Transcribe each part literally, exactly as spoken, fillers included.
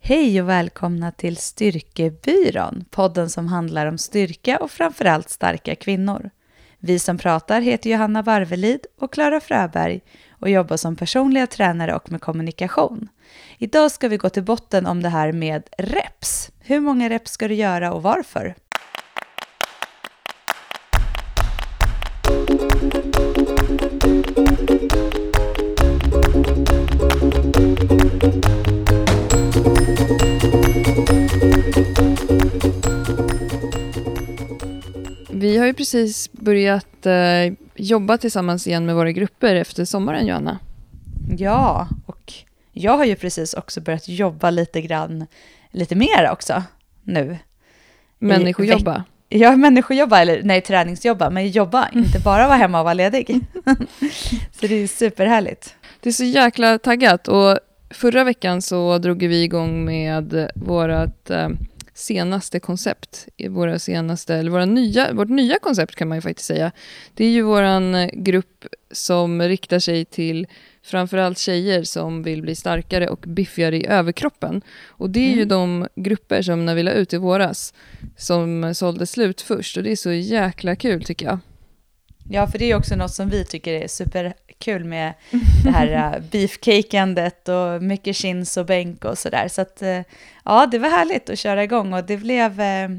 Hej och välkomna till Styrkebyrån, podden som handlar om styrka och framförallt starka kvinnor. Vi som pratar heter Johanna Varvelid och Klara Fröberg och jobbar som personliga tränare och med kommunikation. Idag ska vi gå till botten om det här med reps. Hur många reps ska du göra och varför? Vi har ju precis börjat eh, jobba tillsammans igen med våra grupper efter sommaren, Johanna. Ja, och jag har ju precis också börjat jobba lite grann, lite mer också nu. Människojobba? Ja, människojobba, eller nej, träningsjobba, men jobba, inte bara vara hemma och vara ledig. Så det är superhärligt. Det är så jäkla taggat, och förra veckan så drog vi igång med vårat eh, senaste koncept, våra senaste, eller våra nya, vårt nya koncept kan man ju faktiskt säga. Det är ju våran grupp som riktar sig till framförallt tjejer som vill bli starkare och biffigare i överkroppen. Och det är mm. ju de grupper som när vi la ut i våras som sålde slut först, och det är så jäkla kul tycker jag. Ja, för det är också något som vi tycker är superkul med det här beefcakeandet och mycket chins och bänk och sådär. Så att ja, det var härligt att köra igång, och det blev,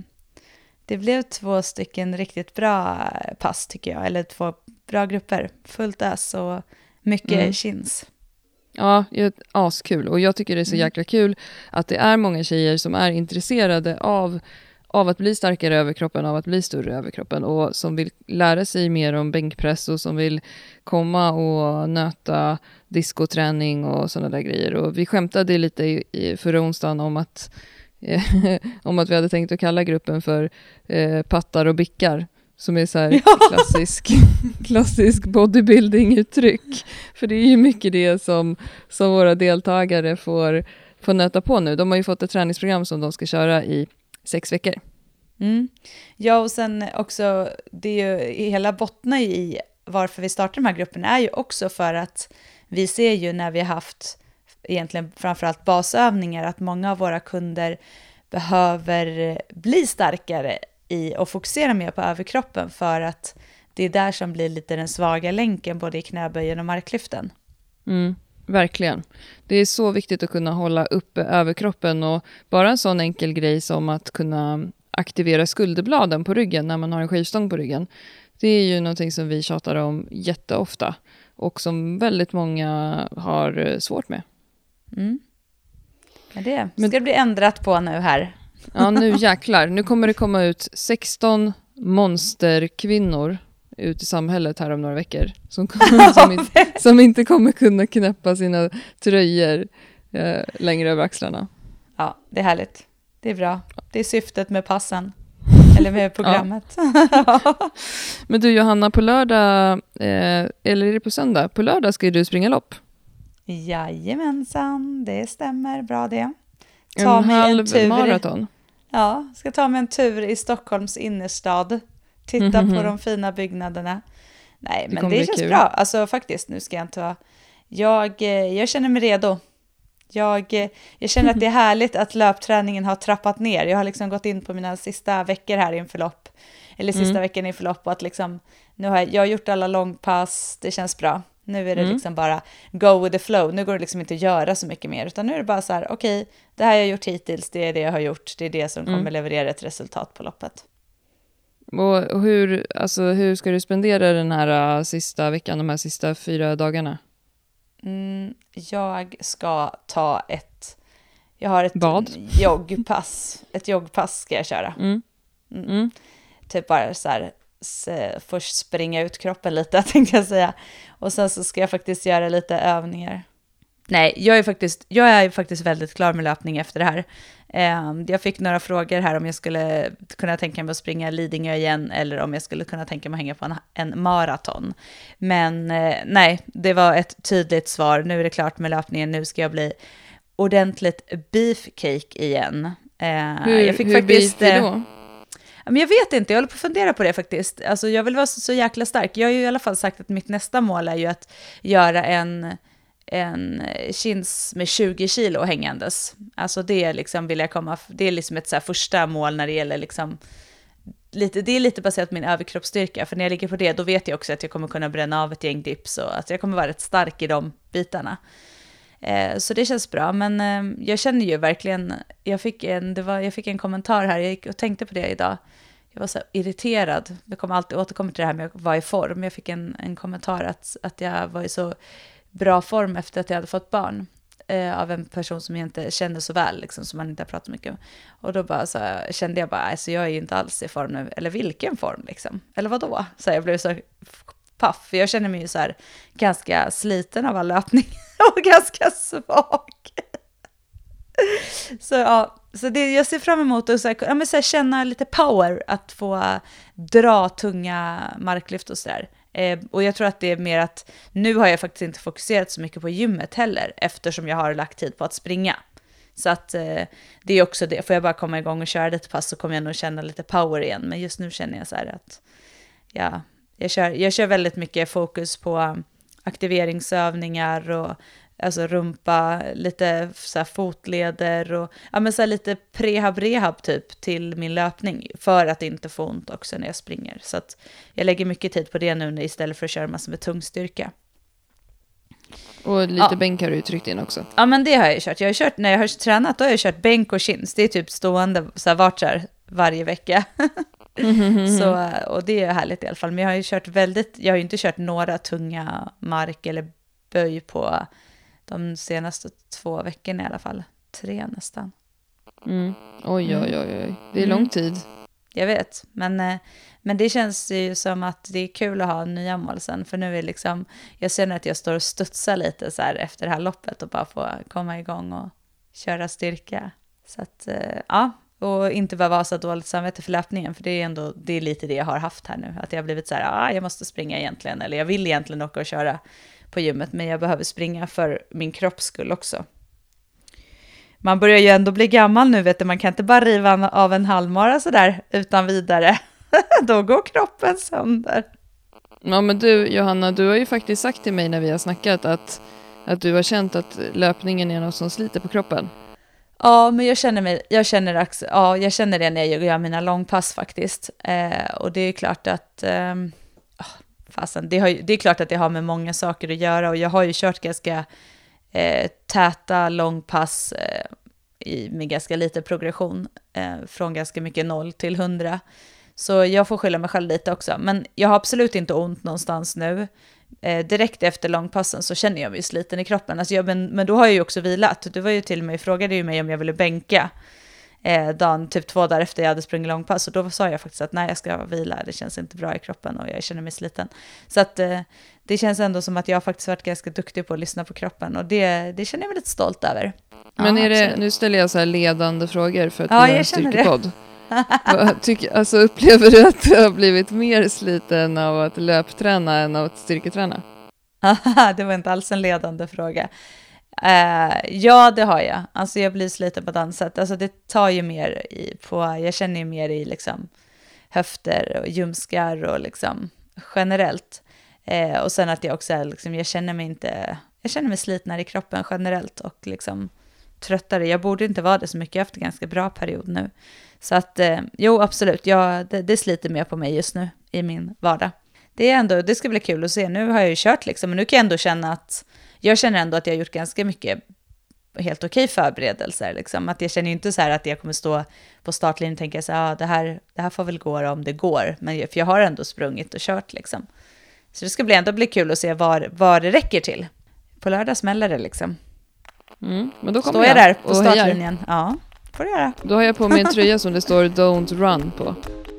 det blev två stycken riktigt bra pass tycker jag. Eller två bra grupper, fullt ös och mycket mm. chins. Ja, det är askul, och jag tycker det är så jäkla kul att det är många tjejer som är intresserade av av att bli starkare i överkroppen, av att bli större i överkroppen, och som vill lära sig mer om bänkpress och som vill komma och nöta diskoträning och sådana där grejer. Och vi skämtade lite i, i förra onsdagen om att, eh, om att vi hade tänkt att kalla gruppen för eh, pattar och bickar, som är så här ja. klassisk, klassisk bodybuilding-uttryck. För det är ju mycket det som, som våra deltagare får, får nöta på nu. De har ju fått ett träningsprogram som de ska köra i sex veckor. Mm. Ja, och sen också, det är ju, hela bottnar ju i varför vi startar de här grupperna är ju också för att vi ser ju när vi har haft egentligen framförallt basövningar att många av våra kunder behöver bli starkare i och fokusera mer på överkroppen, för att det är där som blir lite den svaga länken både i knäböjen och marklyften. Mm. Verkligen. Det är så viktigt att kunna hålla uppe överkroppen, och bara en sån enkel grej som att kunna aktivera skulderbladen på ryggen när man har en skivstång på ryggen. Det är ju någonting som vi tjatar om jätteofta och som väldigt många har svårt med. Mm. Ja, det ska det bli ändrat på nu här. Ja, nu jäklar. Nu kommer det komma ut sexton monsterkvinnor ut i samhället här om några veckor som, som, inte, som inte kommer kunna knäppa sina tröjor eh, längre över axlarna. Ja, det är härligt. Det är bra. Det är syftet med passen. Eller med programmet. Ja. Men du Johanna, på lördag, eh, eller är det på söndag? På lördag ska du springa lopp. Jajamensan, det stämmer. Bra det. Ta en mig halv en tur. maraton. Ja, ska ta mig en tur i Stockholms innerstad. Titta mm-hmm. på de fina byggnaderna. Nej, det men det känns kul. Bra. Alltså faktiskt, nu ska jag inte vara... Jag, jag känner mig redo. Jag, jag känner att det är härligt att löpträningen har trappat ner. Jag har liksom gått in på mina sista veckor här inför lopp. Eller sista mm. veckan inför lopp. Och att liksom, nu har jag, jag har gjort alla långpass. Det känns bra. Nu är det mm. liksom bara go with the flow. Nu går det liksom inte att göra så mycket mer. Utan nu är det bara så här, okej, okay, det här jag har gjort hittills. Det är det jag har gjort. Det är det som kommer mm. leverera ett resultat på loppet. Och hur, alltså, hur ska du spendera den här uh, sista veckan, de här sista fyra dagarna? Mm, jag ska ta ett... Jag har ett Bad. joggpass. Ett joggpass ska jag köra. Mm. Mm. Mm. Typ bara så här... Så först springa ut kroppen lite, tänkte jag säga. Och sen så ska jag faktiskt göra lite övningar. Nej, jag är faktiskt, jag är faktiskt väldigt klar med löpning efter det här. Jag fick några frågor här om jag skulle kunna tänka mig att springa Lidingö igen eller om jag skulle kunna tänka mig att hänga på en, en maraton. Men nej, det var ett tydligt svar. Nu är det klart med löpningen. Nu ska jag bli ordentligt beefcake igen. Hur, jag fick hur faktiskt, beefy då? Men jag vet inte, jag håller på att fundera på det faktiskt. Alltså jag vill vara så, så jäkla stark. Jag har ju i alla fall sagt att mitt nästa mål är ju att göra en... en chins med tjugo kilo hängandes. Alltså det liksom vill jag komma, det är liksom ett så här första mål när det gäller liksom, lite, det är lite baserat på min överkroppsstyrka, för när jag ligger på det då vet jag också att jag kommer kunna bränna av ett gäng dips och att jag kommer vara rätt stark i de bitarna. Eh, så det känns bra, men eh, jag känner ju verkligen, jag fick, en, det var, jag fick en kommentar här, jag gick och tänkte på det idag. Jag var så irriterad, jag kommer alltid återkomma till det här med att vara i form. Jag fick en, en kommentar att, att jag var i så bra form efter att jag hade fått barn eh, av en person som jag inte kände så väl, liksom, som man inte har pratat mycket om. Och då bara så kände jag bara, alltså jag är ju inte alls i form nu, eller vilken form liksom, eller vad då? Så jag blev så paff, för jag känner mig ju så här ganska sliten av all löpning och ganska svag. Så ja, så det, jag ser fram emot att så här, ja, men så här, känna lite power, att få dra tunga marklyft och sådär. Eh, och jag tror att det är mer att nu har jag faktiskt inte fokuserat så mycket på gymmet heller, eftersom jag har lagt tid på att springa. Så att eh, det är också det, får jag bara komma igång och köra lite pass så kommer jag nog känna lite power igen. Men just nu känner jag så här att ja, jag kör, jag kör väldigt mycket fokus på aktiveringsövningar och alltså rumpa, lite så här fotleder och ja, men så här lite prehab-rehab typ till min löpning för att inte få ont också när jag springer. Så att jag lägger mycket tid på det nu istället för att köra massor med tungstyrka. Och lite ja. Bänk har du tryckt in också. Ja, men det har jag kört. Jag har kört när jag har tränat, då har jag kört bänk och chins. Det är typ stående så här vart så här varje vecka. Mm-hmm. Så, och det är härligt i alla fall. Men jag har ju kört väldigt, jag har ju inte kört några tunga mark eller böj på de senaste två veckorna i alla fall. Tre nästan. Mm. Oj, oj, oj, oj. Det är mm. lång tid. Jag vet, men, men det känns ju som att det är kul att ha nya mål sen. För nu är liksom, jag känner att jag står och studsar lite så här efter det här loppet och bara få komma igång och köra styrka. Så att, ja, och inte behöva ha så dåligt samvete för löpningen. För det är ändå, det är lite det jag har haft här nu. Att jag har blivit så här, ja, jag måste springa egentligen. Eller jag vill egentligen åka och köra på gymmet, men jag behöver springa för min kropps skull också. Man börjar ju ändå bli gammal nu, vet du. Man kan inte bara riva av en halvmara så där utan vidare. Då går kroppen sönder. Ja, men du, Johanna, du har ju faktiskt sagt till mig när vi har snackat att, att du har känt att löpningen är något som sliter på kroppen. Ja, men jag känner mig, jag känner, ja, jag känner det när jag gör mina långpass faktiskt. Eh, och det är klart att... Eh, Fasen, det, har, det är klart att det har med många saker att göra och jag har ju kört ganska eh, täta långpass eh, i, med ganska lite progression eh, från ganska mycket noll till hundra. Så jag får skylla mig själv lite också. Men jag har absolut inte ont någonstans nu. Eh, direkt efter långpassen så känner jag mig sliten i kroppen. Alltså jag, men, men då har jag ju också vilat. Du var ju till och med, frågade ju mig om jag ville bänka. Eh, dagen, typ två dagar efter jag hade sprungit långpass, och då sa jag faktiskt att nej, jag ska vila, det känns inte bra i kroppen och jag känner mig sliten. Så att eh, det känns ändå som att jag faktiskt varit ganska duktig på att lyssna på kroppen och det, det känner jag mig lite stolt över. Men ja, är det, nu ställer jag så här ledande frågor för att ja, vi har en styrkepodd. Tycker, alltså, upplever du att du har blivit mer sliten av att löpträna än av att styrketräna? Det var inte alls en ledande fråga. Uh, ja, det har jag. Alltså jag blir sliten på danset. Alltså det tar ju mer i, på, jag känner ju mer i liksom höfter och ljumskar och liksom generellt. Uh, och sen att jag också är liksom, jag känner mig inte, jag känner mig slitnare i kroppen generellt och liksom tröttare. Jag borde inte vara det så mycket, jag har haft en ganska bra period nu. Så att, uh, jo absolut, ja, det, det sliter mer på mig just nu i min vardag. Det är ändå, det ska bli kul att se. Nu har jag ju kört liksom, men nu kan jag ändå känna att jag känner ändå att jag har gjort ganska mycket helt okej förberedelser. Liksom. Att jag känner ju inte så här att jag kommer stå på startlinjen och tänka så här, ah, det, här, det här får väl gå om det går. Men för jag har ändå sprungit och kört liksom. Så det ska bli ändå bli kul att se var, var det räcker till. På lördag smäller det liksom. Mm, men då kommer Står jag, jag där på startlinjen? Hejar. Ja, får du göra. Då har jag på mig en tröja som det står Don't Run på.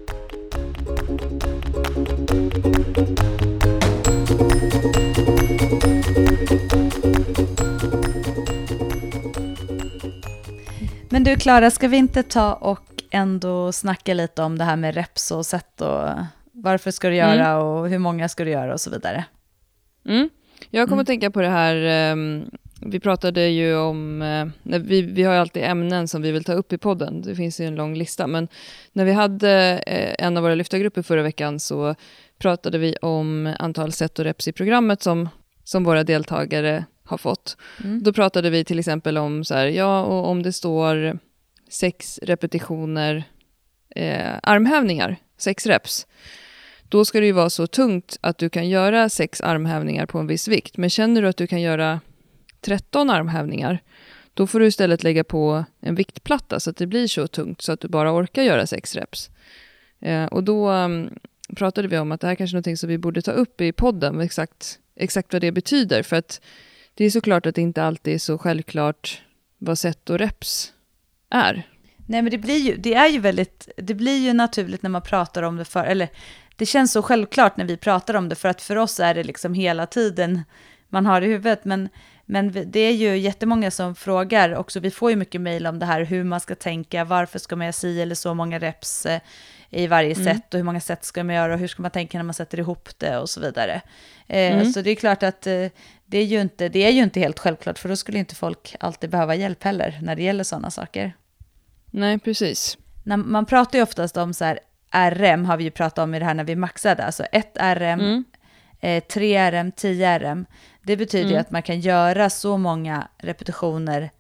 Men du Klara, ska vi inte ta och ändå snacka lite om det här med reps och sätt och varför ska du göra mm. och hur många ska du göra och så vidare? Mm. Jag kommer mm. att tänka på det här, um, vi pratade ju om, uh, vi, vi har ju alltid ämnen som vi vill ta upp i podden, det finns ju en lång lista, men när vi hade uh, en av våra lyftargrupper förra veckan så pratade vi om antal set och reps i programmet som, som våra deltagare har fått. Mm. Då pratade vi till exempel om så här, ja, och om det står sex repetitioner eh, armhävningar, sex reps. Då ska det ju vara så tungt att du kan göra sex armhävningar på en viss vikt. Men känner du att du kan göra tretton armhävningar, då får du istället lägga på en viktplatta så att det blir så tungt så att du bara orkar göra sex reps. Eh, och då um, pratade vi om att det här kanske är någonting som vi borde ta upp i podden, exakt, exakt vad det betyder. För att det är såklart att det inte alltid är så självklart vad set och reps är. Nej, men det blir ju, det är ju väldigt, det blir ju naturligt när man pratar om det för, eller det känns så självklart när vi pratar om det, för att för oss är det liksom hela tiden man har i huvudet, men, men det är ju jättemånga som frågar också, vi får ju mycket mejl om det här, hur man ska tänka, varför ska man göra si eller så många reps eh, i varje mm. set, och hur många set ska man göra, och hur ska man tänka när man sätter ihop det och så vidare. Eh, mm. Så det är klart att eh, det, är ju inte, det är ju inte helt självklart, för då skulle inte folk alltid behöva hjälp heller när det gäller sådana saker. Nej, precis. När man pratar ju oftast om så här, R M har vi ju pratat om i det här när vi maxade, alltså ett R M, mm. eh, tre R M, tio R M. Det betyder mm. ju att man kan göra så många repetitioner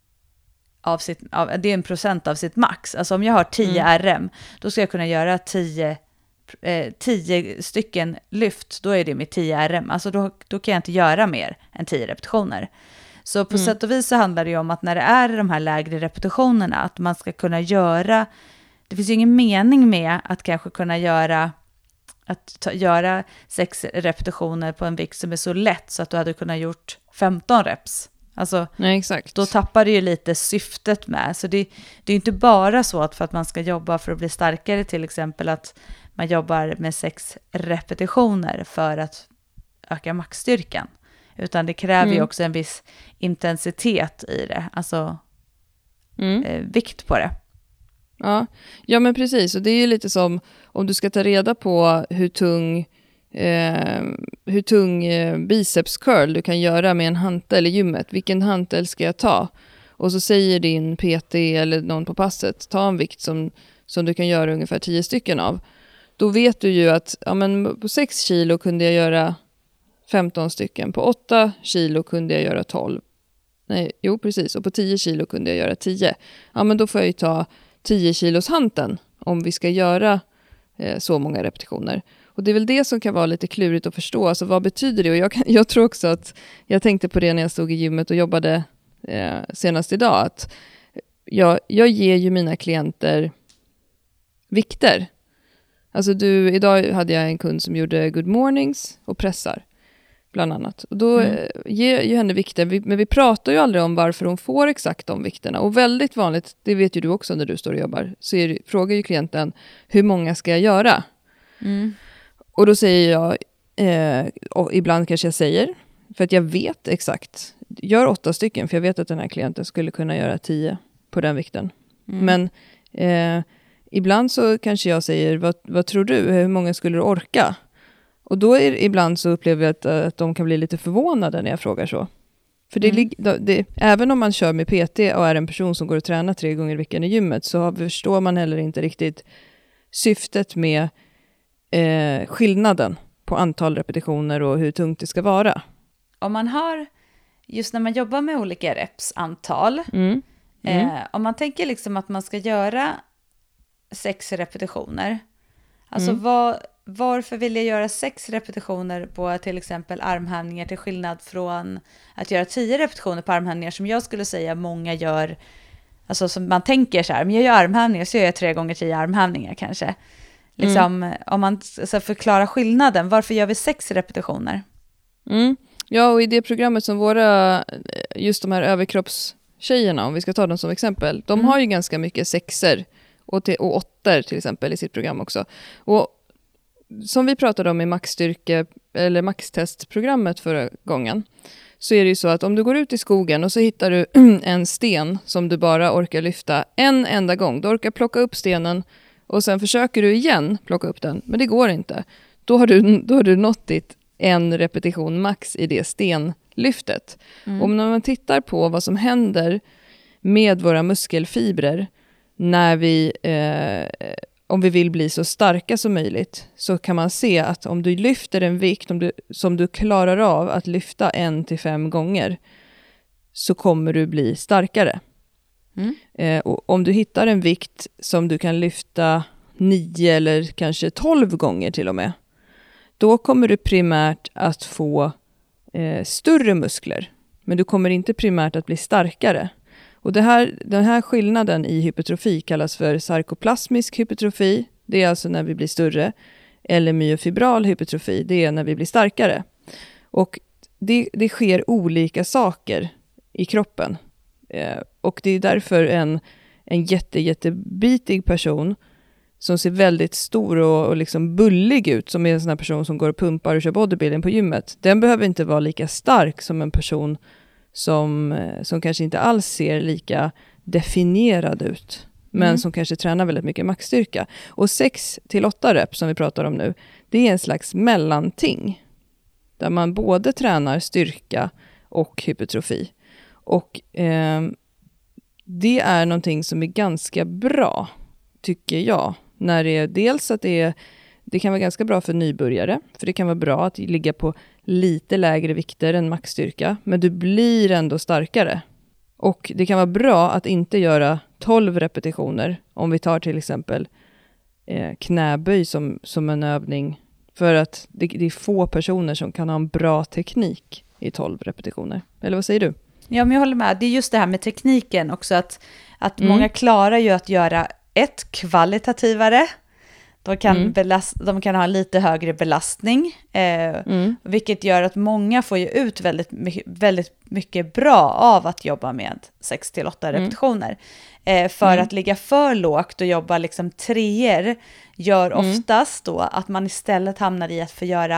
av sitt, av, det är en procent av sitt max. Alltså om jag har tio mm. R M, då ska jag kunna göra tio, eh, tio stycken lyft, då är det med tio R M. Alltså då, då kan jag inte göra mer än tio repetitioner. Så på mm. sätt och vis så handlar det ju om att när det är de här lägre repetitionerna, att man ska kunna göra, det finns ju ingen mening med att kanske kunna göra att ta, göra sex repetitioner på en vikt som är så lätt så att du hade kunnat gjort femton reps. Alltså, nej, exakt. Då tappar det ju lite syftet med. Så det, det är inte bara så att för att man ska jobba för att bli starkare, till exempel att man jobbar med sex repetitioner för att öka maxstyrkan. Utan det kräver mm. ju också en viss intensitet i det. Alltså mm. eh, vikt på det. Ja. ja, men precis. Och det är ju lite som om du ska ta reda på hur tung, eh, hur tung eh, biceps curl du kan göra med en hantel i gymmet. Vilken hantel ska jag ta? Och så säger din P T eller någon på passet, ta en vikt som, som du kan göra ungefär tio stycken av. Då vet du ju att ja, men på sex kilo kunde jag göra femton stycken. På åtta kilo kunde jag göra tolv. Nej, jo precis. Och på tio kilo kunde jag göra tio. Ja, men då får jag ju ta tio kilos hanteln om vi ska göra eh, så många repetitioner. Och det är väl det som kan vara lite klurigt att förstå. Alltså vad betyder det? Och jag, kan, jag tror också att jag tänkte på det när jag stod i gymmet och jobbade eh, senast idag. Att jag, jag ger ju mina klienter vikter. Alltså du, idag hade jag en kund som gjorde good mornings och pressar. Bland annat. Och då mm. eh, ger ju henne vikter. Vi, men vi pratar ju aldrig om varför hon får exakt de vikterna. Och väldigt vanligt, det vet ju du också när du står och jobbar, så är det, frågar ju klienten, hur många ska jag göra? Mm. Och då säger jag, eh, och ibland kanske jag säger, för att jag vet exakt, gör åtta stycken, för jag vet att den här klienten skulle kunna göra tio på den vikten. Mm. Men eh, ibland så kanske jag säger, vad, vad tror du? Hur många skulle du orka? Och då är, ibland så upplever jag att, att de kan bli lite förvånade när jag frågar så. För det, mm. det, det, även om man kör med P T och är en person som går och tränar tre gånger i veckan i gymmet, så förstår man heller inte riktigt syftet med eh, skillnaden på antal repetitioner och hur tungt det ska vara. Om man har, just när man jobbar med olika reps antal, mm. Mm. Eh, om man tänker liksom att man ska göra sex repetitioner, alltså mm. vad... Varför vill jag göra sex repetitioner på till exempel armhävningar till skillnad från att göra tio repetitioner på armhävningar som jag skulle säga många gör, alltså som man tänker så här, men jag gör armhävningar så gör jag tre gånger tio armhävningar kanske. Liksom, mm. om man så förklarar skillnaden, varför gör vi sex repetitioner? Mm. Ja, och i det programmet som våra, just de här överkroppstjejerna, om vi ska ta dem som exempel, de mm. har ju ganska mycket sexer och, till, och åttor till exempel i sitt program också. Och som vi pratade om i maxstyrke eller maxtestprogrammet förra gången, så är det ju så att om du går ut i skogen och så hittar du en sten som du bara orkar lyfta en enda gång, du orkar plocka upp stenen och sen försöker du igen plocka upp den, men det går inte. Då har du, då har du nått ditt en repetition max i det stenlyftet. Mm. Och när man tittar på vad som händer med våra muskelfibrer när vi eh, om vi vill bli så starka som möjligt, så kan man se att om du lyfter en vikt om du, som du klarar av att lyfta en till fem gånger, så kommer du bli starkare. Mm. Eh, och om du hittar en vikt som du kan lyfta nio eller kanske tolv gånger till och med, då kommer du primärt att få eh, större muskler. Men du kommer inte primärt att bli starkare. Och det här, den här skillnaden i hypertrofi kallas för sarkoplasmisk hypertrofi. Det är alltså när vi blir större. Eller myofibral hypertrofi, det är när vi blir starkare. Och det, det sker olika saker i kroppen. Eh, och det är därför en, en jätte, jättebitig person som ser väldigt stor och, och liksom bullig ut, som är en sån här person som går och pumpar och kör bodybuilding på gymmet, den behöver inte vara lika stark som en person som, som kanske inte alls ser lika definierad ut, men mm. som kanske tränar väldigt mycket maxstyrka. Och sex till åtta rep som vi pratar om nu, det är en slags mellanting där man både tränar styrka och hypertrofi. Och eh, det är någonting som är ganska bra, tycker jag. När det är dels att det, är, det kan vara ganska bra för nybörjare. För det kan vara bra att ligga på lite lägre vikter än maxstyrka. Men du blir ändå starkare. Och det kan vara bra att inte göra tolv repetitioner. Om vi tar till exempel eh, knäböj som, som en övning. För att det, det är få personer som kan ha en bra teknik i tolv repetitioner. Eller vad säger du? Ja, men jag håller med. Det är just det här med tekniken också. Att, att mm. många klarar ju att göra ett kvalitativare. De kan, mm. belast, de kan ha lite högre belastning. Eh, mm. Vilket gör att många får ju ut väldigt, väldigt mycket bra av att jobba med sex till åtta mm. repetitioner. Eh, för mm. att ligga för lågt och jobba liksom treor gör oftast då att man istället hamnar i att få göra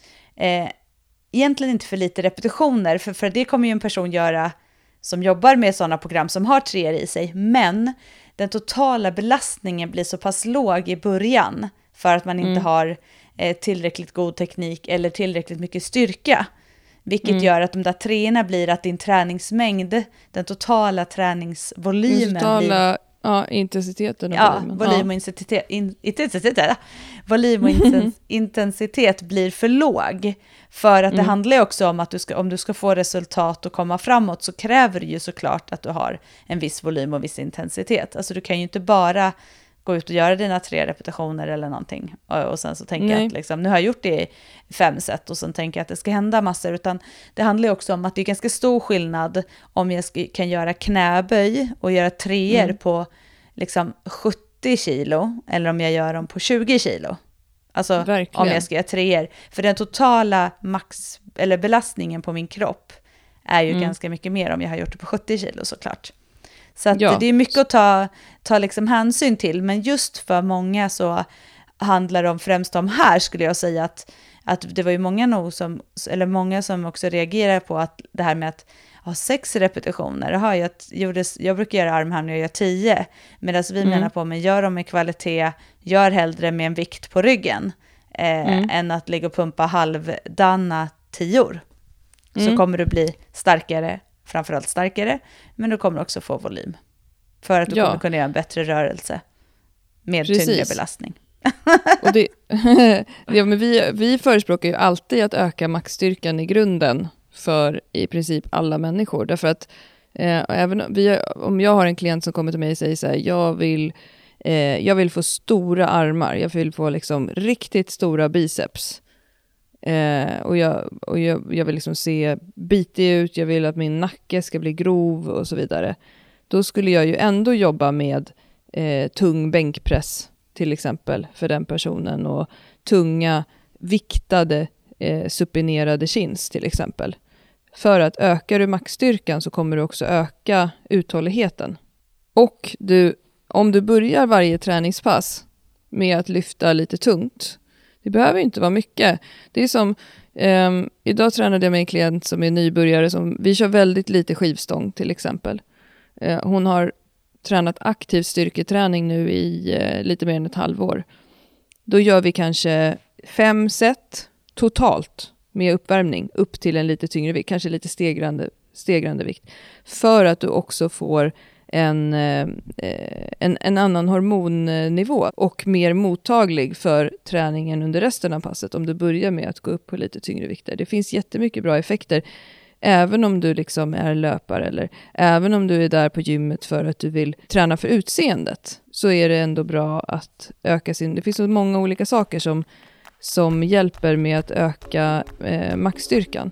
eh, egentligen inte för lite repetitioner. För, för det kommer ju en person göra som jobbar med sådana program som har treor i sig. Men den totala belastningen blir så pass låg i början för att man inte mm. har eh, tillräckligt god teknik eller tillräckligt mycket styrka. Vilket mm. gör att de där treorna blir att din träningsmängd, den totala träningsvolymen den totala, blir... Ja, intensiteten och ja, volymen. volym och intensitet, in, intensitet, volym och intens, intensitet blir för låg. För att det mm. handlar ju också om att du ska, om du ska få resultat och komma framåt, så kräver det ju såklart att du har en viss volym och viss intensitet. Alltså du kan ju inte bara gå ut och göra dina tre repetitioner eller någonting och, och sen så tänka att liksom, nu har jag gjort det i fem set och sen tänker jag att det ska hända massor, utan det handlar ju också om att det är ganska stor skillnad om jag ska, kan göra knäböj och göra treor mm. på liksom sjuttio kilo eller om jag gör dem på tjugo kilo. Alltså verkligen. Om jag ska göra treor. För den totala max eller belastningen på min kropp är ju mm. ganska mycket mer om jag har gjort det på sjuttio kilo såklart. Så att ja. det är mycket att ta, ta liksom hänsyn till. Men just för många så handlar det om, främst om här skulle jag säga att, att det var ju många nog som, eller många som också reagerar på att det här med att ha sex repetitioner. Jaha, jag, gjordes, jag brukar göra armhävningar och jag gör tio. Medan vi mm. menar på, men gör dem med kvalitet, gör hellre med en vikt på ryggen eh, mm. än att ligga och pumpa halvdana tior. Mm. Så kommer du bli starkare, framförallt starkare, men du kommer också få volym. För att du ja. kommer kunna göra en bättre rörelse med Precis. tyngre belastning. Och det, ja, men vi, vi förespråkar ju alltid att öka maxstyrkan i grunden för i princip alla människor. Därför att eh, även vi, om jag har en klient som kommer till mig och säger så här, jag vill, eh, jag vill få stora armar, jag vill få liksom riktigt stora biceps. Eh, och jag, och jag, jag vill liksom se bitig ut, jag vill att min nacke ska bli grov och så vidare. Då skulle jag ju ändå jobba med eh, tung bänkpress till exempel för den personen och tunga viktade eh, supinerade chins till exempel. För att ökar du maxstyrkan så kommer du också öka uthålligheten. Och du, om du börjar varje träningspass med att lyfta lite tungt, det behöver inte vara mycket. Det är som, eh, idag tränade jag med en klient som är nybörjare, som, vi kör väldigt lite skivstång till exempel. Eh, hon har tränat aktiv styrketräning nu i eh, lite mer än ett halvår. Då gör vi kanske fem set totalt med uppvärmning upp till en lite tyngre vikt, kanske lite stegrande, stegrande vikt. För att du också får en, eh, en, en annan hormonnivå och mer mottaglig för träningen under resten av passet om du börjar med att gå upp på lite tyngre vikter. Det finns jättemycket bra effekter även om du liksom är löpare eller även om du är där på gymmet för att du vill träna för utseendet, så är det ändå bra att öka sin... Det finns så många olika saker som, som hjälper med att öka eh, maxstyrkan.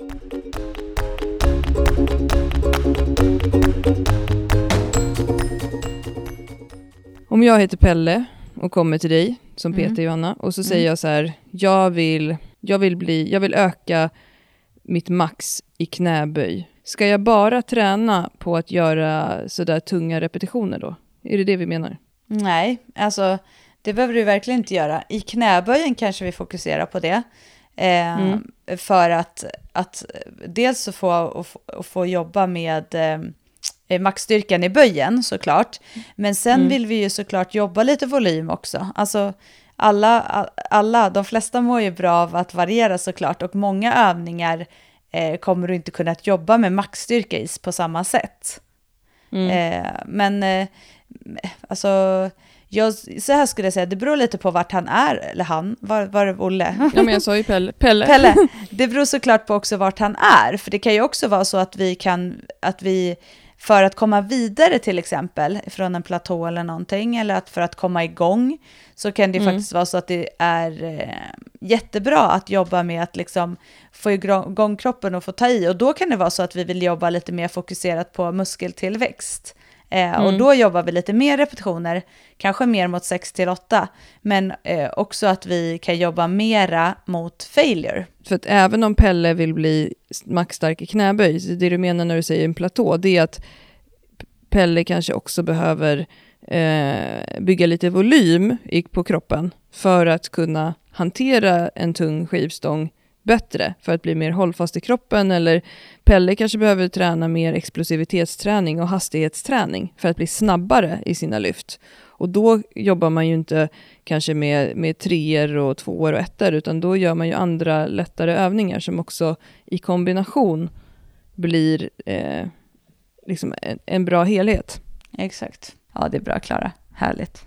Om jag heter Pelle och kommer till dig som Peter mm. Johanna och så säger mm. jag så här, jag vill, jag vill bli, jag vill öka mitt max i knäböj. Ska jag bara träna på att göra sådär tunga repetitioner då? Är det det vi menar? Nej, alltså det behöver du verkligen inte göra. I knäböjen kanske vi fokuserar på det. Eh, mm. För att, att dels så få, att, att få jobba med eh, maxstyrkan i böjen såklart. Men sen mm. vill vi ju såklart jobba lite volym också. Alltså alla, alla, de flesta mår ju bra av att variera såklart. Och många övningar eh, kommer du inte kunna jobba med maxstyrka i på samma sätt. Mm. Eh, men eh, alltså... Jag, så här skulle jag säga, det beror lite på vart han är, eller han, var, var det Olle? Ja, men jag sa ju Pelle. Pelle. Pelle. Det beror såklart på också vart han är, för det kan ju också vara så att vi kan, att vi för att komma vidare till exempel från en platå eller någonting, eller att för att komma igång, så kan det mm. faktiskt vara så att det är eh, jättebra att jobba med att liksom få igång kroppen och få ta i, och då kan det vara så att vi vill jobba lite mer fokuserat på muskeltillväxt. Eh, mm. Och då jobbar vi lite mer repetitioner, kanske mer mot sex till åtta, men eh, också att vi kan jobba mera mot failure. För att även om Pelle vill bli maxstark i knäböj, det du menar när du säger en platå, det är att Pelle kanske också behöver eh, bygga lite volym på kroppen för att kunna hantera en tung skivstång bättre, för att bli mer hållfast i kroppen, eller Pelle kanske behöver träna mer explosivitetsträning och hastighetsträning för att bli snabbare i sina lyft. Och då jobbar man ju inte kanske med, med treor och tvåor och ettor, utan då gör man ju andra lättare övningar som också i kombination blir eh, liksom en, en bra helhet. Exakt. Ja, det är bra, Klara. Härligt.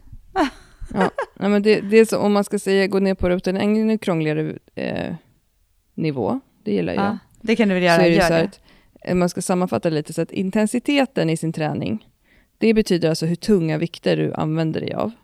Ja, men det, det är så, om man ska säga gå ner på det en ännu krångligare eh, nivå, det gillar jag. Ja, det kan du väl göra. Så är det Gör så här att, man ska sammanfatta lite så att intensiteten i sin träning, det betyder alltså hur tunga vikter du använder dig av.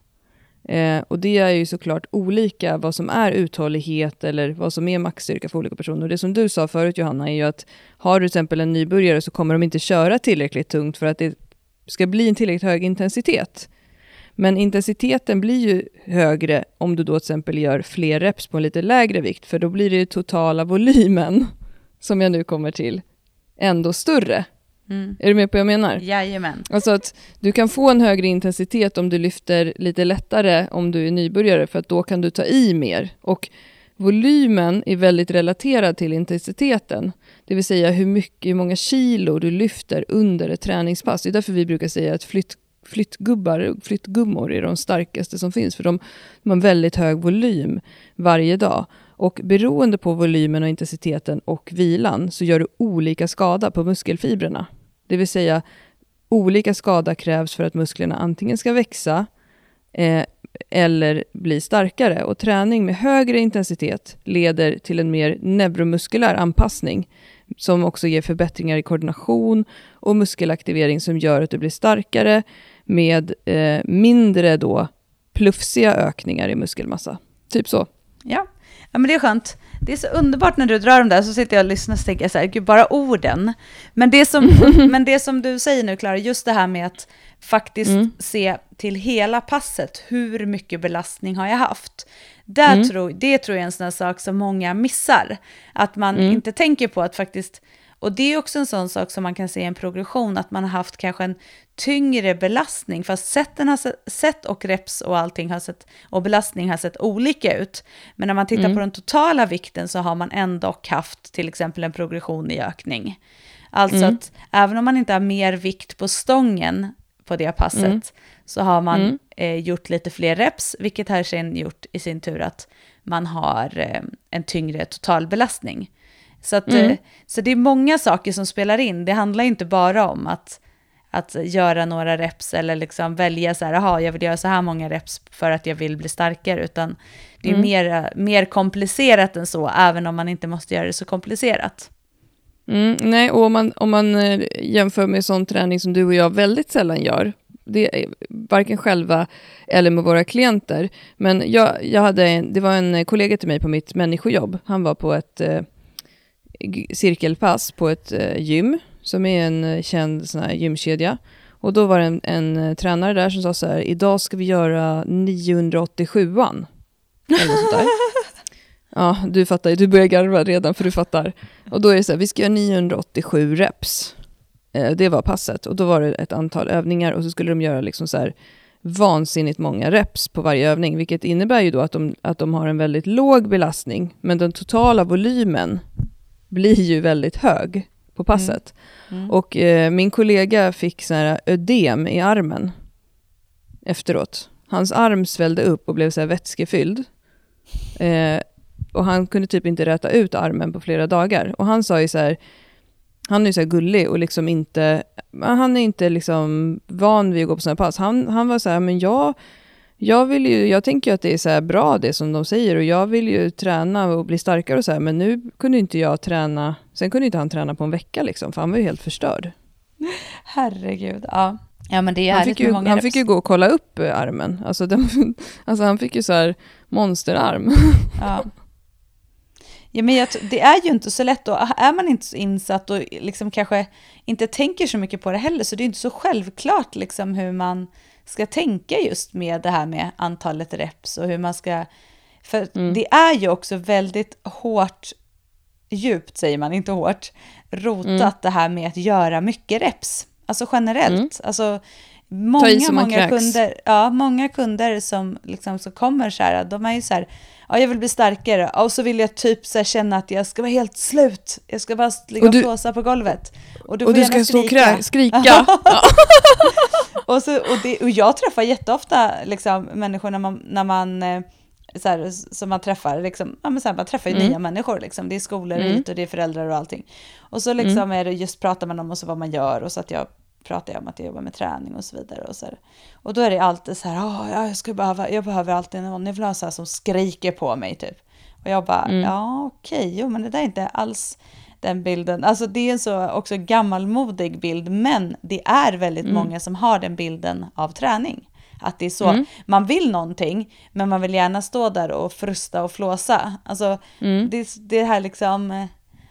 Eh, och det är ju såklart olika vad som är uthållighet eller vad som är maxstyrka för olika personer. Och det som du sa förut, Johanna, är ju att har du till exempel en nybörjare så kommer de inte köra tillräckligt tungt för att det ska bli en tillräckligt hög intensitet. Men intensiteten blir ju högre om du då till exempel gör fler reps på en lite lägre vikt. För då blir det totala volymen, som jag nu kommer till, ändå större. Mm. Är du med på vad jag menar? Jajamän. Alltså att du kan få en högre intensitet om du lyfter lite lättare om du är nybörjare, för att då kan du ta i mer. Och volymen är väldigt relaterad till intensiteten. Det vill säga hur mycket, hur många kilo du lyfter under ett träningspass. Det är därför vi brukar säga att flytt flyttgubbar, flyttgummor är de starkaste som finns, för de, de har en väldigt hög volym varje dag. Och beroende på volymen och intensiteten och vilan så gör du olika skada på muskelfibrerna. Det vill säga olika skada krävs för att musklerna antingen ska växa eh, eller bli starkare. Och träning med högre intensitet leder till en mer neuromuskulär anpassning som också ger förbättringar i koordination och muskelaktivering som gör att du blir starkare med eh, mindre då plufsiga ökningar i muskelmassa. Typ så. Ja. Ja, men det är skönt. Det är så underbart när du drar dem där, så sitter jag och lyssnar och tänker så här, gud, bara orden. Men det som, men det som du säger nu, Klara, just det här med att faktiskt mm. se till hela passet, hur mycket belastning har jag haft? Där mm. tror, det tror jag är en sån här sak som många missar. Att man mm. inte tänker på att faktiskt, och det är också en sån sak som man kan se i en progression, att man har haft kanske en tyngre belastning, fast sätten har sett, sätt och reps och allting har sett, och belastning har sett olika ut. Men när man tittar mm. på den totala vikten så har man ändå haft till exempel en progression i ökning. Alltså mm. att även om man inte har mer vikt på stången på det passet mm. så har man mm. eh, gjort lite fler reps, vilket har sen gjort i sin tur att man har eh, en tyngre totalbelastning. Så, att, mm. eh, så det är många saker som spelar in. Det handlar inte bara om att att göra några reps eller liksom välja så här, aha, jag vill göra så här många reps för att jag vill bli starkare, utan det är mm. mer, mer komplicerat än så, även om man inte måste göra det så komplicerat. Mm, nej, och om man, om man jämför med sån träning som du och jag väldigt sällan gör, det är varken själva eller med våra klienter, men jag, jag hade en, det var en kollega till mig på mitt människojobb, han var på ett eh, cirkelpass på ett eh, gym som är en känd sån här gymkedja, och då var det en, en tränare där som sa så här: idag ska vi göra niohundraåttiosjuan eller sånt där. Ja, du fattar ju, du börjar garva redan för du fattar. Och då är det så här, vi ska göra niohundraåttiosju reps. Eh, det var passet. Och då var det ett antal övningar och så skulle de göra liksom så här vansinnigt många reps på varje övning. Vilket innebär ju då att de, att de har en väldigt låg belastning. Men den totala volymen blir ju väldigt hög på passet. Mm. Mm. Och eh, min kollega fick så här ödem i armen efteråt. Hans arm svällde upp och blev så här vätskefylld. Eh, och han kunde typ inte räta ut armen på flera dagar. Och han sa ju så här, han är ju så här gullig och liksom inte, han är inte liksom van vid att gå på sådana pass. Han, han var så här, men jag, jag vill ju, jag tänker ju att det är så här bra det som de säger, och jag vill ju träna och bli starkare och så här, men nu kunde inte jag träna, sen kunde inte han träna på en vecka liksom, för han var ju helt förstörd. Herregud, ja. Ja, men det är han fick ju, han fick ju gå och kolla upp armen. Alltså, den, alltså han fick ju så här monsterarm. Ja. Ja, men jag, det är ju inte så lätt då. Är man inte så insatt och liksom kanske inte tänker så mycket på det heller, så det är inte så självklart liksom hur man ska tänka just med det här med antalet reps och hur man ska, för mm. det är ju också väldigt hårt, djupt säger man, inte hårt, rotat mm. det här med att göra mycket reps. Alltså generellt. Mm. Alltså många, många kunder, ja, många kunder som liksom så kommer så här, de är ju så här, ja, jag vill bli starkare, och så vill jag typ så här känna att jag ska vara helt slut. Jag ska bara ligga och, du, och flåsa på golvet. Och du, och du ska stå och krä- skrika. Ja. och, så, och, det, och jag träffar jätteofta liksom, människor när man, när man så här, som man träffar liksom, ja, men så här, man träffar ju mm. nya människor liksom. Det är skolor mm. hit och det är föräldrar och allting. Och så liksom mm. är det just pratar man om och så vad man gör, och så att jag pratar jag om att jag jobbar med träning och så vidare. Och, så här. Och då är det alltid så här, oh, jag, ska behöva, jag behöver alltid någon influensa som skriker på mig typ. Och jag bara, mm. ja okej, okay, jo men det där är inte alls den bilden. Alltså det är en så också gammalmodig bild, men det är väldigt mm. många som har den bilden av träning. Att det är så, mm. man vill någonting, men man vill gärna stå där och frusta och flåsa. Alltså mm. det, det här liksom...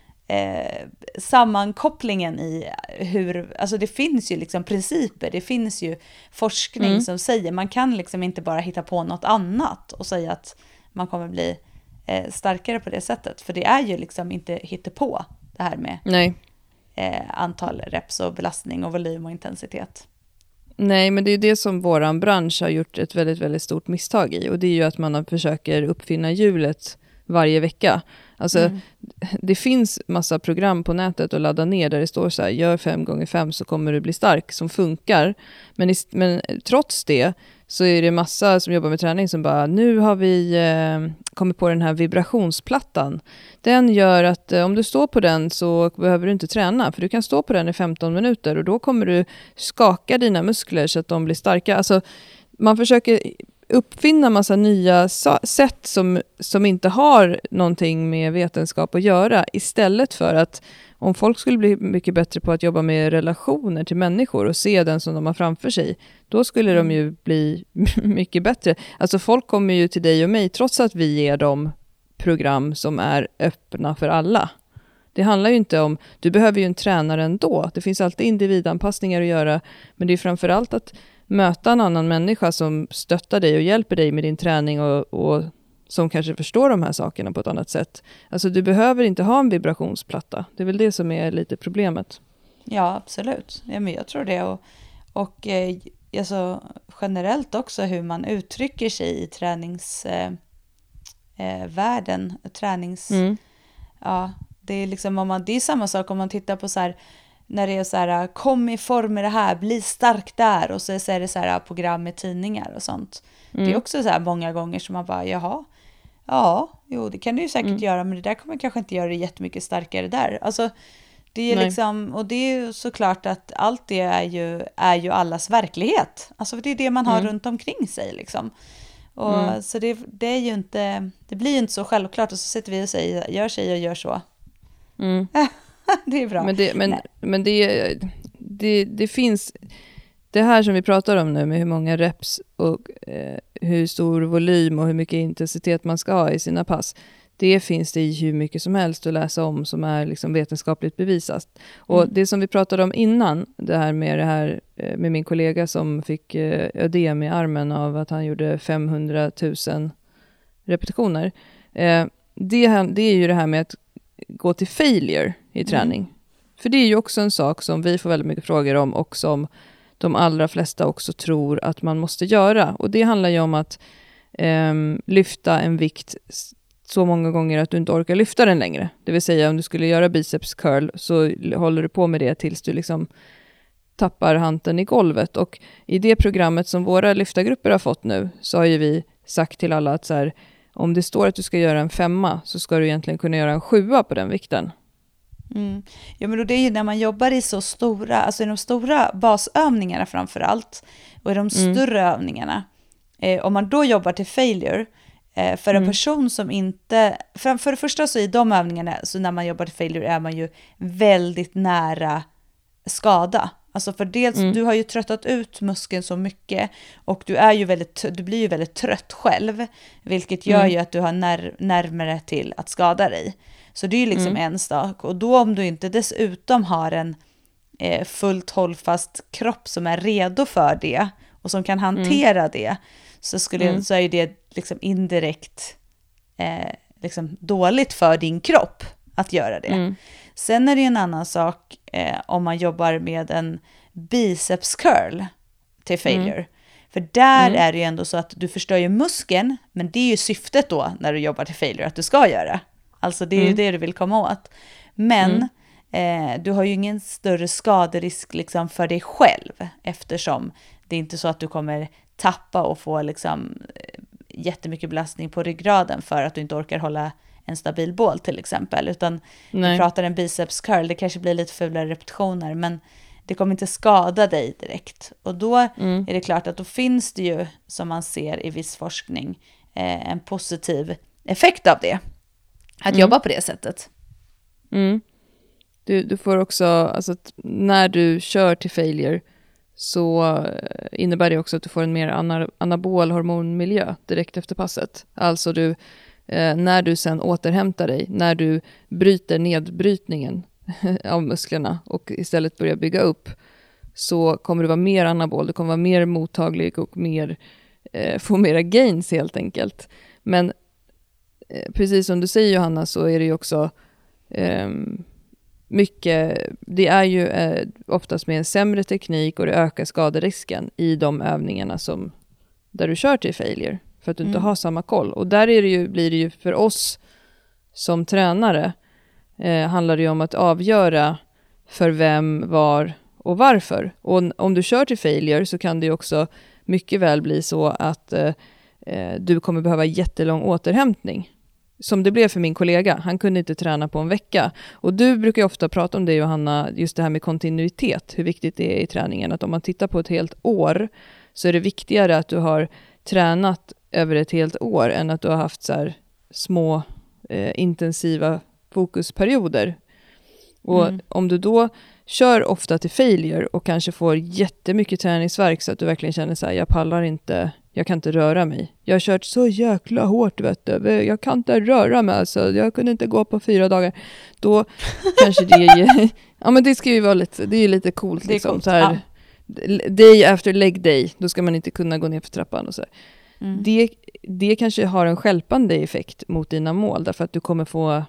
Eh, sammankopplingen i hur, alltså det finns ju liksom principer, det finns ju forskning mm. som säger, man kan liksom inte bara hitta på något annat och säga att man kommer bli eh, starkare på det sättet, för det är ju liksom inte hittepå det här med Nej. Eh, antal reps och belastning och volym och intensitet. Nej, men det är det som våran bransch har gjort ett väldigt, väldigt stort misstag i, och det är ju att man försöker uppfinna hjulet varje vecka. Alltså mm. det finns massa program på nätet att ladda ner där det står så här, gör fem gånger fem så kommer du bli stark, som funkar. Men, ist- men trots det så är det massa som jobbar med träning som bara, nu har vi eh, kommit på den här vibrationsplattan. Den gör att eh, om du står på den så behöver du inte träna, för du kan stå på den i femton minuter och då kommer du skaka dina muskler så att de blir starka. Alltså man försöker uppfinna massa nya sätt som, som inte har någonting med vetenskap att göra, istället för att om folk skulle bli mycket bättre på att jobba med relationer till människor och se den som de har framför sig, då skulle de ju bli mycket bättre. Alltså folk kommer ju till dig och mig trots att vi ger dem program som är öppna för alla. Det handlar ju inte om, du behöver ju en tränare ändå. Det finns alltid individanpassningar att göra, men det är framförallt att möta en annan människa som stöttar dig och hjälper dig med din träning och, och som kanske förstår de här sakerna på ett annat sätt. Alltså du behöver inte ha en vibrationsplatta. Det är väl det som är lite problemet. Ja, absolut. Ja, men jag tror det. Och, och eh, alltså, generellt också hur man uttrycker sig i träningsvärlden. Eh, eh, världen, tränings... Mm. Ja, det är liksom om man, det är samma sak om man tittar på så här, när det är så här, kom i form med det här, bli stark där, och så är det så här program i tidningar och sånt. Mm. Det är också så här många gånger som man bara, jaha, ja, jo, det kan du ju säkert mm. göra, men det där kommer kanske inte göra det jättemycket starkare där. Alltså, det Det är liksom, och det är ju såklart att allt det är ju, är ju allas verklighet. Alltså det är det man har mm. runt omkring sig liksom. Och mm. så det, det är ju inte, det blir ju inte så självklart, och så sitter vi och säger, gör sig och gör så. Mm. Det är bra. Men, det, men, men det, det, det finns, det här som vi pratar om nu med hur många reps och eh, hur stor volym och hur mycket intensitet man ska ha i sina pass. Det finns det i hur mycket som helst att läsa om som är liksom vetenskapligt bevisat. Och mm. det som vi pratade om innan, det här med det här med min kollega som fick ödem i armen av att han gjorde femhundratusen repetitioner. Det, det är ju det här med att gå till failure i träning. Mm. För det är ju också en sak som vi får väldigt mycket frågor om och som de allra flesta också tror att man måste göra. Och det handlar ju om att eh, lyfta en vikt så många gånger att du inte orkar lyfta den längre. Det vill säga om du skulle göra biceps curl så håller du på med det tills du liksom tappar handen i golvet. Och i det programmet som våra lyftargrupper har fått nu så har ju vi sagt till alla att så här, om det står att du ska göra en femma så ska du egentligen kunna göra en sjua på den vikten. Mm. Ja, men då det är ju när man jobbar i så stora, alltså i de stora basövningarna framför allt och i de mm. större övningarna. Eh, om man då jobbar till failure eh, för en mm. person som inte, för, för det första så i de övningarna så när man jobbar till failure är man ju väldigt nära skada. Alltså för dels, mm. du har ju tröttat ut muskeln så mycket och du är ju väldigt, du blir ju väldigt trött själv, vilket gör mm. ju att du har när, närmare till att skada dig. Så det är ju liksom mm. en sak. Och då om du inte dessutom har en eh, fullt hållfast kropp som är redo för det och som kan hantera mm. det, så, skulle, mm. så är ju det liksom indirekt eh, liksom dåligt för din kropp att göra det. Mm. Sen är det ju en annan sak eh, om man jobbar med en biceps curl till failure. Mm. För där mm. är det ju ändå så att du förstör ju muskeln, men det är ju syftet då när du jobbar till failure att du ska göra. Alltså det är mm. ju det du vill komma åt. Men mm. eh, du har ju ingen större skaderisk liksom för dig själv, eftersom det är inte så att du kommer tappa och få liksom jättemycket belastning på ryggraden för att du inte orkar hålla en stabil bål till exempel, utan Nej. Vi pratar en biceps curl, det kanske blir lite fulare repetitioner, men det kommer inte skada dig direkt. Och då mm. är det klart att då finns det ju, som man ser i viss forskning, eh, en positiv effekt av det. Att mm. jobba på det sättet. Mm. Du, du får också, alltså när du kör till failure så innebär det också att du får en mer ana, anabol hormonmiljö direkt efter passet. Alltså du Eh, när du sen återhämtar dig, när du bryter nedbrytningen av musklerna och istället börjar bygga upp, så kommer du vara mer anabol, du kommer vara mer mottaglig och mer, eh, få mera gains helt enkelt. Men eh, precis som du säger Johanna, så är det ju också eh, mycket, det är ju eh, oftast med en sämre teknik och det ökar skaderisken i de övningarna som, där du kör till failure. För att du inte mm. har samma koll. Och där är det ju, blir det ju för oss som tränare eh, handlar det ju om att avgöra för vem, var och varför. Och om du kör till failure så kan det ju också mycket väl bli så att eh, du kommer behöva jättelång återhämtning. Som det blev för min kollega. Han kunde inte träna på en vecka. Och du brukar ju ofta prata om det, Johanna, just det här med kontinuitet. Hur viktigt det är i träningen. Att om man tittar på ett helt år så är det viktigare att du har tränat över ett helt år än att du har haft så här små eh, intensiva fokusperioder. Och mm. om du då kör ofta till failure och kanske får jättemycket träningsvärk så att du verkligen känner så här, jag pallar inte, jag kan inte röra mig. Jag har kört så jäkla hårt, vet du. Jag kan inte röra mig, alltså. Jag kunde inte gå på fyra dagar. Då kanske det är, ja men det ska ju vara lite, det är ju lite coolt liksom. Coolt. Så här, ja. Day after leg day, då ska man inte kunna gå ner för trappan och så här. Mm. Det, det kanske har en stjälpande effekt mot dina mål, därför att du kommer få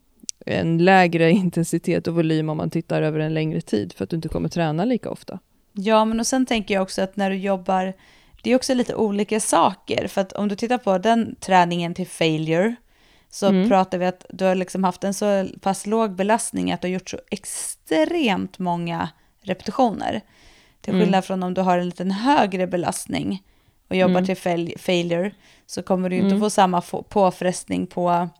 en lägre intensitet och volym om man tittar över en längre tid, för att du inte kommer träna lika ofta. Ja, men och sen tänker jag också att när du jobbar, det är också lite olika saker, för att om du tittar på den träningen till failure så mm. pratar vi att du har liksom haft en så pass låg belastning att du har gjort så extremt många repetitioner, till skillnad mm. från om du har en liten högre belastning och jobbar mm. till fail- failure, så kommer du inte mm. få samma få- påfrestning på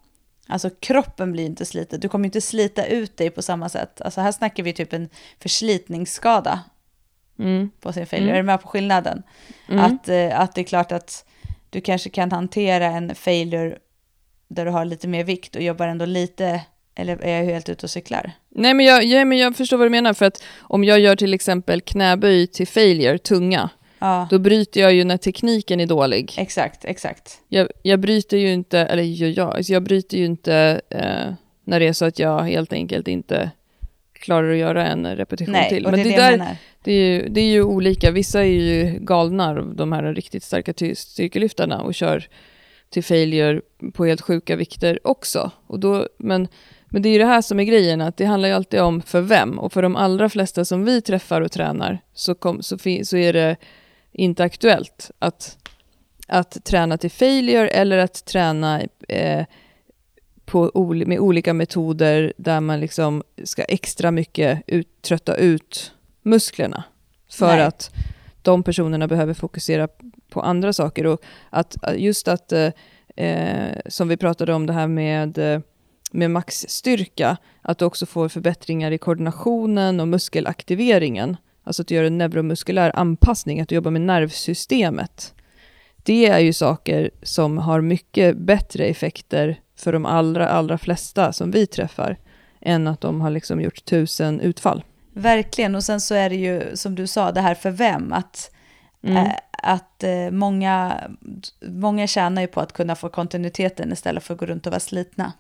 Alltså kroppen blir inte sliten. Du kommer inte slita ut dig på samma sätt. Alltså här snackar vi typ en förslitningsskada mm. på sin failure. Mm. Är du med på skillnaden? Mm. Att, eh, att det är klart att du kanske kan hantera en failure där du har lite mer vikt och jobbar ändå lite, eller är jag helt ute och cyklar? Nej, men jag, ja, men jag förstår vad du menar, för att om jag gör till exempel knäböj till failure, tunga, ja. Då bryter jag ju när tekniken är dålig. Exakt, exakt. Jag, jag bryter ju inte, eller jag, jag, alltså jag bryter ju inte eh, när det är så att jag helt enkelt inte klarar att göra en repetition Nej, till. Men det, det, det, där, det, är ju, det är ju olika. Vissa är ju galnar, de här riktigt starka ty- styrkelyftarna och kör till failure på helt sjuka vikter också. Och då, men, men det är ju det här som är grejen, att det handlar ju alltid om för vem. Och för de allra flesta som vi träffar och tränar så, kom, så, fi, så är det inte aktuellt att, att träna till failure eller att träna eh, på ol- med olika metoder där man liksom ska extra mycket ut, trötta ut musklerna. För Nej. Att de personerna behöver fokusera på andra saker. Och att just att, eh, som vi pratade om det här med, med maxstyrka, att du också får förbättringar i koordinationen och muskelaktiveringen. Alltså att du gör en neuromuskulär anpassning, att du jobbar med nervsystemet. Det är ju saker som har mycket bättre effekter för de allra, allra flesta som vi träffar än att de har liksom gjort tusen utfall. Verkligen, och sen så är det ju som du sa, det här för vem, att, mm. äh, att äh, många, många tjänar ju på att kunna få kontinuiteten istället för att gå runt och vara slitna.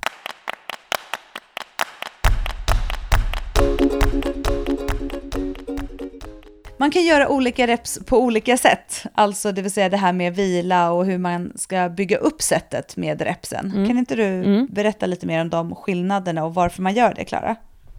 Man kan göra olika reps på olika sätt, alltså det vill säga det här med vila och hur man ska bygga upp sättet med repsen. Mm. Kan inte du mm. berätta lite mer om de skillnaderna och varför man gör det, Klara?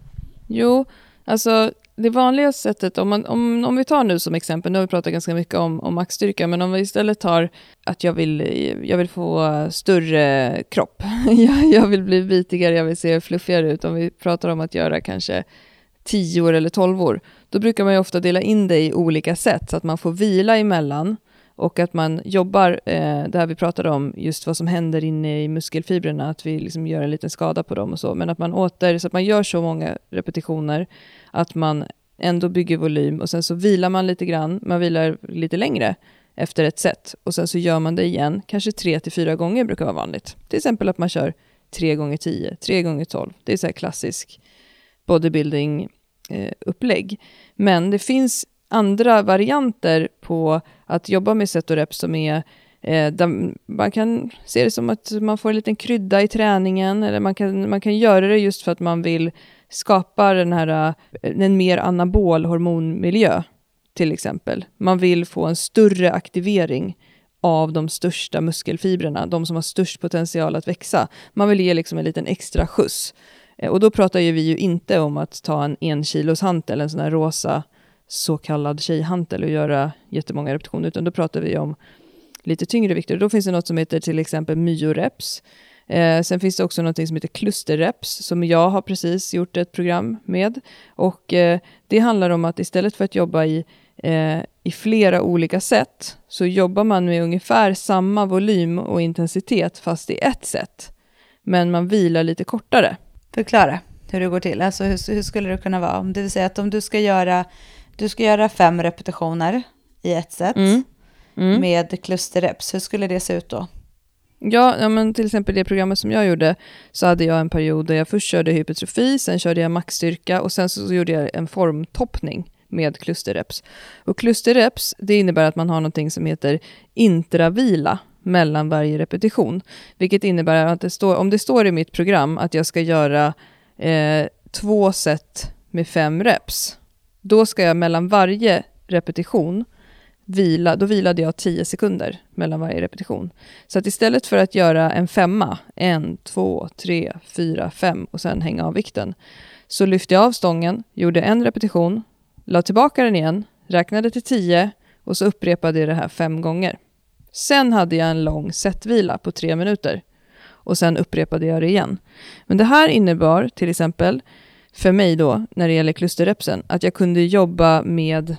Jo, alltså det vanliga sättet, om, man, om, om vi tar nu som exempel, nu har vi pratat ganska mycket om, om maxstyrka, men om vi istället tar att jag vill, jag vill få större kropp, jag, jag vill bli bitigare, jag vill se fluffigare ut, om vi pratar om att göra kanske tio år eller tolv år, då brukar man ju ofta dela in det i olika sätt så att man får vila emellan och att man jobbar, eh, det här vi pratade om, just vad som händer inne i muskelfibrerna, att vi liksom gör en liten skada på dem och så, men att man åter, så att man gör så många repetitioner att man ändå bygger volym och sen så vilar man lite grann, man vilar lite längre efter ett set och sen så gör man det igen, kanske tre till fyra gånger brukar vara vanligt. Till exempel att man kör tre gånger tio, tre gånger tolv, det är så här klassisk bodybuilding eh, upplägg. Men det finns andra varianter på att jobba med set och reps som är eh, där man kan se det som att man får en liten krydda i träningen, eller man kan, man kan göra det just för att man vill skapa den här, en mer anabol hormonmiljö till exempel. Man vill få en större aktivering av de största muskelfibrerna, de som har störst potential att växa. Man vill ge liksom en liten extra skjuts. Och då pratar ju vi ju inte om att ta en en kilos hantel, en sån här rosa så kallad tjejhantel och göra jättemånga repetitioner, utan då pratar vi om lite tyngre vikter. Då finns det något som heter till exempel myoreps. Eh, sen finns det också något som heter klusterreps som jag har precis gjort ett program med. Och eh, det handlar om att istället för att jobba i, eh, i flera olika sätt så jobbar man med ungefär samma volym och intensitet fast i ett sätt. Men man vilar lite kortare. Förklara hur det går till. Alltså hur, hur skulle det kunna vara? Det vill säga att om du ska göra, du ska göra fem repetitioner i ett set mm. Mm. med klusterreps, hur skulle det se ut då? Ja, ja, men till exempel det programmet som jag gjorde så hade jag en period där jag först körde hypertrofi, sen körde jag maxstyrka och sen så gjorde jag en formtoppning med klusterreps. Och klusterreps, det innebär att man har någonting som heter intravila mellan varje repetition. Vilket innebär att det står, om det står i mitt program att jag ska göra eh, två set med fem reps, då ska jag mellan varje repetition vila, då vilade jag tio sekunder mellan varje repetition. Så att istället för att göra en femma, en, två, tre, fyra, fem och sen hänga av vikten, så lyfte jag av stången, gjorde en repetition, la tillbaka den igen, räknade till tio och så upprepade jag det här fem gånger. Sen hade jag en lång setvila på tre minuter och sen upprepade jag det igen. Men det här innebar till exempel för mig då, när det gäller klusterrepsen, att jag kunde jobba med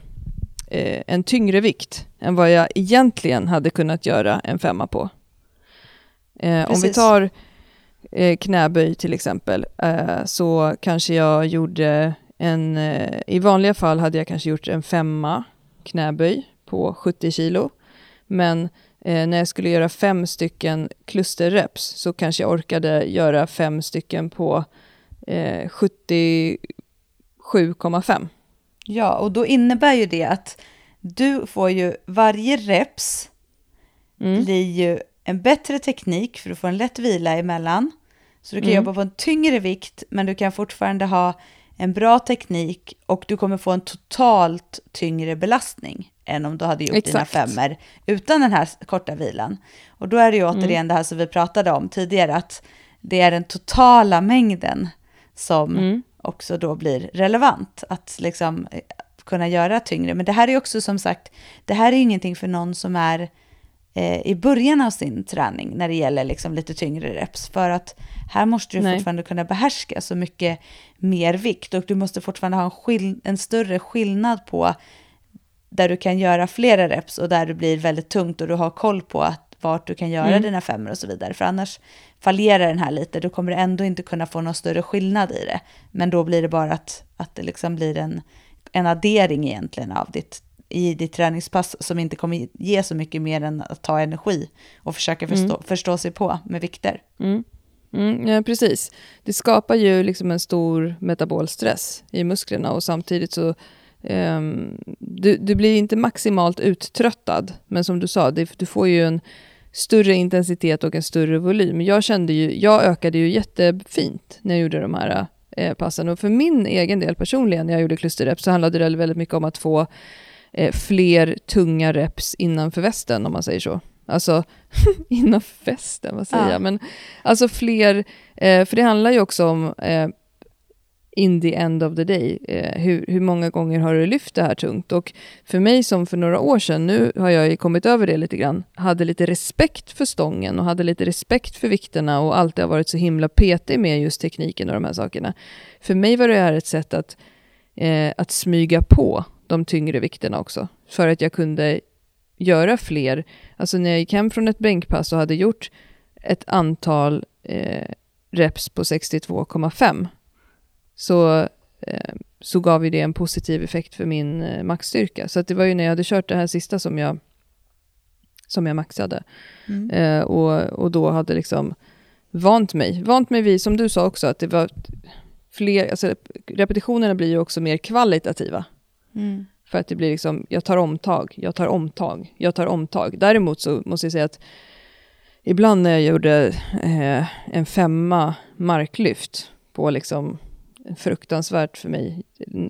eh, en tyngre vikt än vad jag egentligen hade kunnat göra en femma på. Eh, om vi tar eh, knäböj till exempel, eh, så kanske jag gjorde en, eh, i vanliga fall hade jag kanske gjort en femma knäböj på sjuttio kilo. Men eh, när jag skulle göra fem stycken klusterreps så kanske jag orkade göra fem stycken på eh, sjuttiosju komma fem. Ja, och då innebär ju det att du får ju varje reps mm. blir ju en bättre teknik för du får en lätt vila emellan. Så du kan mm. jobba på en tyngre vikt men du kan fortfarande ha en bra teknik och du kommer få en totalt tyngre belastning än om du hade gjort Exakt. dina femmer utan den här korta vilan. Och då är det ju återigen mm. det här som vi pratade om tidigare, att det är den totala mängden som mm. också då blir relevant att liksom kunna göra tyngre. Men det här är också som sagt, det här är ju ingenting för någon som är eh, i början av sin träning när det gäller liksom lite tyngre reps, för att här måste du Nej. fortfarande kunna behärska så mycket mer vikt och du måste fortfarande ha en, skill- en större skillnad på där du kan göra flera reps och där du blir väldigt tungt och du har koll på att, vart du kan göra mm. dina femmer och så vidare. För annars fallerar den här lite, du kommer ändå inte kunna få någon större skillnad i det. Men då blir det bara att, att det liksom blir en, en addering egentligen av ditt, i ditt träningspass som inte kommer ge så mycket mer än att ta energi och försöka förstå, mm. förstå sig på med vikter. Mm. Mm, ja, precis. Det skapar ju liksom en stor metabolstress i musklerna och samtidigt så um, du, du blir inte maximalt uttröttad, men som du sa, det, du får ju en större intensitet och en större volym. Jag kände ju, jag ökade ju jättefint när jag gjorde de här eh, passen, och för min egen del personligen när jag gjorde klusterreps så handlade det väldigt mycket om att få eh, fler tunga reps innanför västen, om man säger så. Alltså inom festen, vad säger ja. jag? Men alltså fler, eh, för det handlar ju också om eh, in the end of the day, eh, hur, hur många gånger har du lyft det här tungt? Och för mig som för några år sedan, nu har jag ju kommit över det lite grann, hade lite respekt för stången och hade lite respekt för vikterna och alltid har varit så himla petig med just tekniken och de här sakerna. För mig var det här ett sätt att, eh, att smyga på de tyngre vikterna också, för att jag kunde göra fler. Alltså när jag gick hem från ett bänkpass och hade gjort ett antal eh, reps på sextiotvå komma fem så, eh, så gav ju det en positiv effekt för min eh, maxstyrka. Så att det var ju när jag hade kört det här sista som jag som jag maxade. Mm. Eh, och, och då hade liksom vant mig. Vant mig vid, som du sa också, att det var fler, alltså repetitionerna blir ju också mer kvalitativa. Mm. För att det blir liksom, jag tar omtag, jag tar omtag, jag tar omtag. Däremot så måste jag säga att ibland när jag gjorde eh, en femma marklyft på liksom fruktansvärt för mig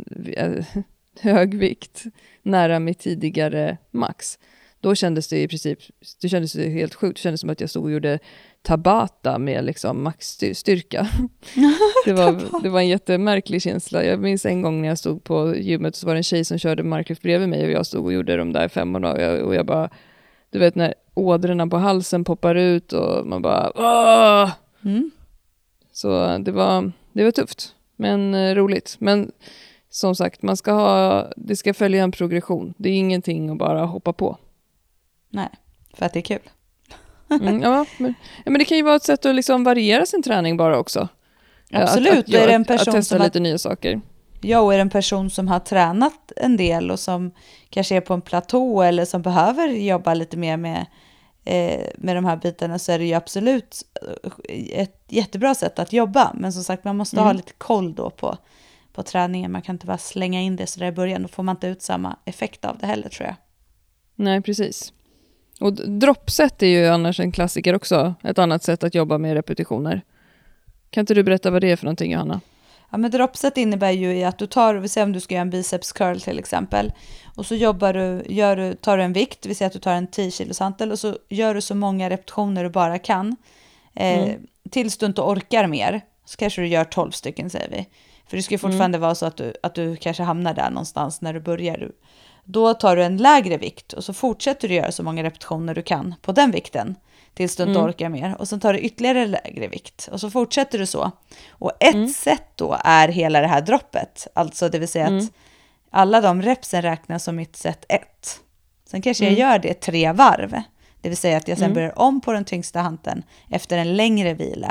hög vikt nära mitt tidigare max, då kändes det i princip, det kändes det helt sjukt. Det kändes som att jag stod och gjorde tabata med liksom maxstyrka. det, var, det var en jättemärklig känsla. Jag minns en gång när jag stod på gymmet så var det en tjej som körde marklyft bredvid mig och jag stod och gjorde de där femmorna och jag, och jag bara, du vet när ådrorna på halsen poppar ut och man bara Åh! Mm. Så det var, det var tufft men eh, roligt. Men som sagt, man ska ha, det ska följa en progression. Det är ingenting att bara hoppa på. Nej, för att det är kul. mm, ja, men, ja, men det kan ju vara ett sätt att liksom variera sin träning bara också. Absolut, att, att, är det en person att testa som lite har, nya saker. Ja, och är det en person som har tränat en del och som kanske är på en platå eller som behöver jobba lite mer med, eh, med de här bitarna, så är det ju absolut ett jättebra sätt att jobba. Men som sagt, man måste mm. ha lite koll då på, på träningen. Man kan inte bara slänga in det så där i början. Då får man inte ut samma effekt av det heller, tror jag. Nej, precis. Och droppset är ju annars en klassiker också. Ett annat sätt att jobba med repetitioner. Kan inte du berätta vad det är för någonting, Johanna? Ja, men droppset innebär ju att du tar, vi säger om du ska göra en biceps curl till exempel. Och så jobbar du, gör du, tar du en vikt, vi säger att du tar en tio kilos hantel och så gör du så många repetitioner du bara kan. Eh, mm. Tills du inte orkar mer. Så kanske du gör tolv stycken, säger vi. För det ska ju fortfarande mm. vara så att du, att du kanske hamnar där någonstans när du börjar. Då tar du en lägre vikt och så fortsätter du göra så många repetitioner du kan på den vikten tills du inte mm. orkar mer. Och sen tar du ytterligare lägre vikt och så fortsätter du så. Och ett mm. sätt då är hela det här droppet. Alltså det vill säga mm. att alla de repsen räknas som mitt set ett. Sen kanske mm. jag gör det tre varv. Det vill säga att jag sen mm. börjar om på den tyngsta hanteln efter en längre vila.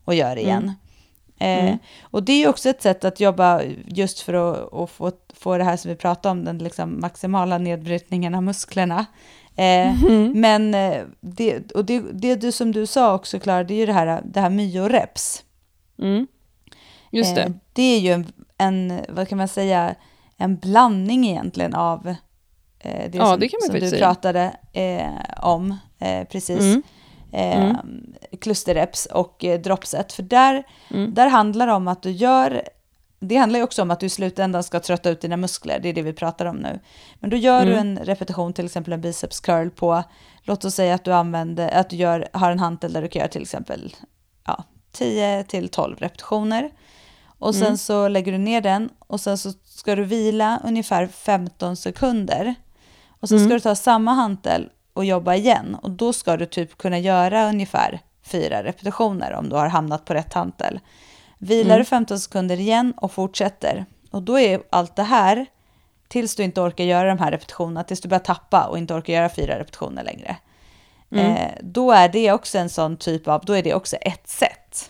och gör igen. Mm. Mm. Eh, och det är också ett sätt att jobba just för att, att få, få det här som vi pratade om, den liksom maximala nedbrytningen av musklerna. Eh, mm. Men det, och det, det du som du sa också, Klara, det är ju det här, det här myoreps. Mm. Just det. Eh, det är ju en, en, vad kan man säga, en blandning egentligen av eh, det ja, som, det kan man som du säga. pratade eh, om eh, precis. Mm. Eh, mm. Klusterreps och eh, dropset. För där, mm. där handlar det om att du gör, det handlar ju också om att du i slutändan ska trötta ut dina muskler, det är det vi pratar om nu. Men då gör mm. du en repetition, till exempel en biceps curl på, låt oss säga att du använder, att du gör, har en hantel där du kan göra till exempel ja, tio till tolv repetitioner. Och sen mm. så lägger du ner den och sen så ska du vila ungefär femton sekunder. Och sen mm. ska du ta samma hantel och jobba igen. Och då ska du typ kunna göra ungefär fyra repetitioner om du har hamnat på rätt hantel. Vilar mm. du femton sekunder igen och fortsätter. Och då är allt det här tills du inte orkar göra de här repetitionerna. Tills du börjar tappa och inte orkar göra fyra repetitioner längre. Mm. Eh, då är det också en sån typ av, då är det också ett sätt.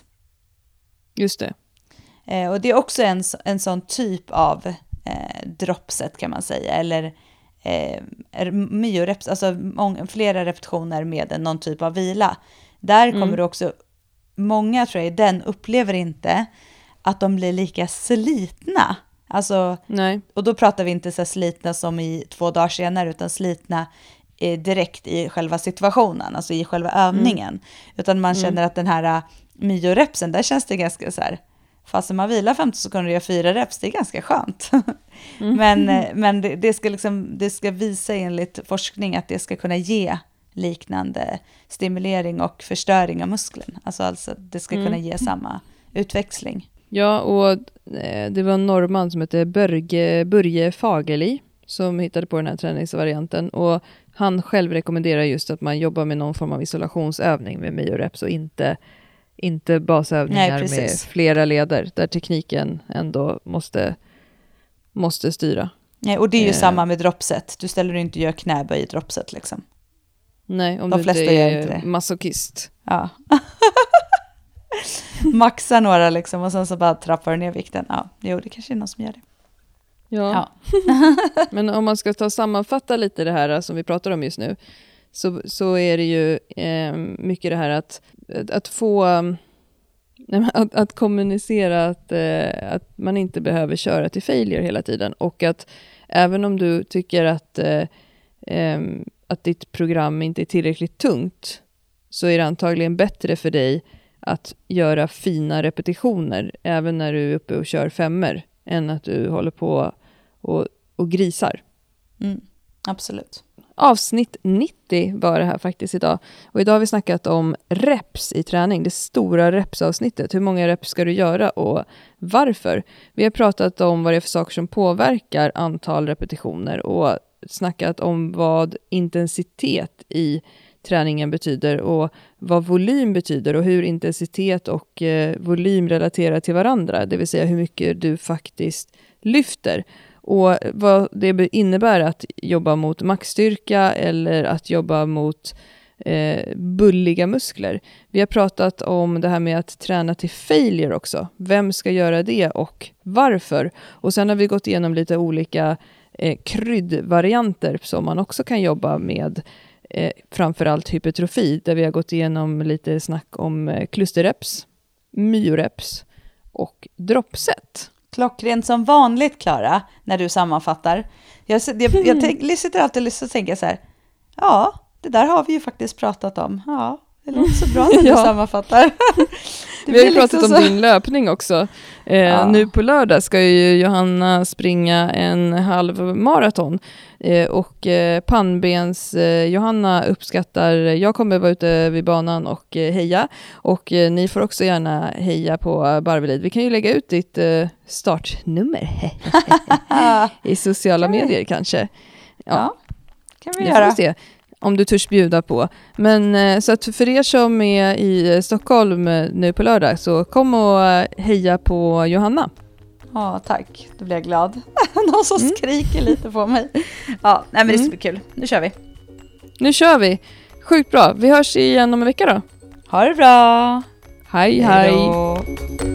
Just det. Eh, och det är också en, en sån typ av eh, droppset kan man säga. Eller eh, myoreps, alltså många, flera repetitioner med någon typ av vila. Där kommer mm. du också, många tror jag, den upplever inte att de blir lika slitna. Alltså, nej. Och då pratar vi inte så slitna som i två dagar senare, utan slitna eh, direkt i själva situationen, alltså i själva övningen. Mm. Utan man känner mm. att den här myorepsen, där känns det ganska så här, fast man vilar femton sekunder och gör fyra reps, det är ganska skönt. Mm. men men det, det, ska liksom, det ska visa enligt forskning att det ska kunna ge liknande stimulering och förstöring av muskeln. Alltså, alltså det ska mm. kunna ge samma utväxling. Ja, och eh, det var en norrman som heter Börge, Börje Fagerli som hittade på den här träningsvarianten. Och han själv rekommenderar just att man jobbar med någon form av isolationsövning med myoreps och inte, inte basövningar Nej, med flera leder där tekniken ändå måste, måste styra. Nej, och det är ju eh. samma med dropset. Du ställer dig inte och gör knäböj i dropset liksom. Nej, om De du flesta inte gör är inte det. Masochist. Ja. Maxa några liksom och sen så bara trappar du ner vikten. Ja, jo, det kanske är någon som gör det. Ja. ja. Men om man ska ta sammanfatta lite det här som vi pratar om just nu, så, så är det ju eh, mycket det här att, att få att, att kommunicera att, eh, att man inte behöver köra till failure hela tiden, och att även om du tycker att eh, eh, att ditt program inte är tillräckligt tungt, så är det antagligen bättre för dig att göra fina repetitioner även när du är uppe och kör femmer än att du håller på och, och grisar. Mm, absolut. Avsnitt nittio var det här faktiskt idag. Och idag har vi snackat om reps i träning. Det stora repsavsnittet. Hur många reps ska du göra och varför? Vi har pratat om vad det är för saker som påverkar antal repetitioner och snackat om vad intensitet i träningen betyder och vad volym betyder och hur intensitet och eh, volym relaterar till varandra. Det vill säga hur mycket du faktiskt lyfter. Och vad det innebär att jobba mot maxstyrka eller att jobba mot eh, bulliga muskler. Vi har pratat om det här med att träna till failure också. Vem ska göra det och varför? Och sen har vi gått igenom lite olika eh, kryddvarianter som man också kan jobba med. Eh, framförallt hypertrofi, där vi har gått igenom lite snack om eh, klusterreps, myoreps och droppset. Klockrent som vanligt, Klara, när du sammanfattar. Jag, jag, jag tänk, sitter alltid och tänker så här, ja, det där har vi ju faktiskt pratat om. Ja, det låter så bra när du ja. sammanfattar. Vi har ju pratat liksom om så... din löpning också. Eh, ja. Nu på lördag ska ju Johanna springa en halv maraton. Eh, och eh, pannbens eh, Johanna uppskattar, jag kommer vara ute vid banan och eh, heja. Och eh, ni får också gärna heja på Barvelid. Vi kan ju lägga ut ditt eh, startnummer i sociala medier kanske. Ja, ja kan vi göra. Se om du törs bjuda på. Men så att för er som är i Stockholm nu på lördag, så kom och heja på Johanna. Ja, tack. Då blir jag glad. Någon som mm. skriker lite på mig. Ja, nej, men det ska bli kul. Nu kör vi. Nu kör vi. Sjukt bra. Vi hörs igen om en vecka då. Ha det bra. Hej, hej! hej.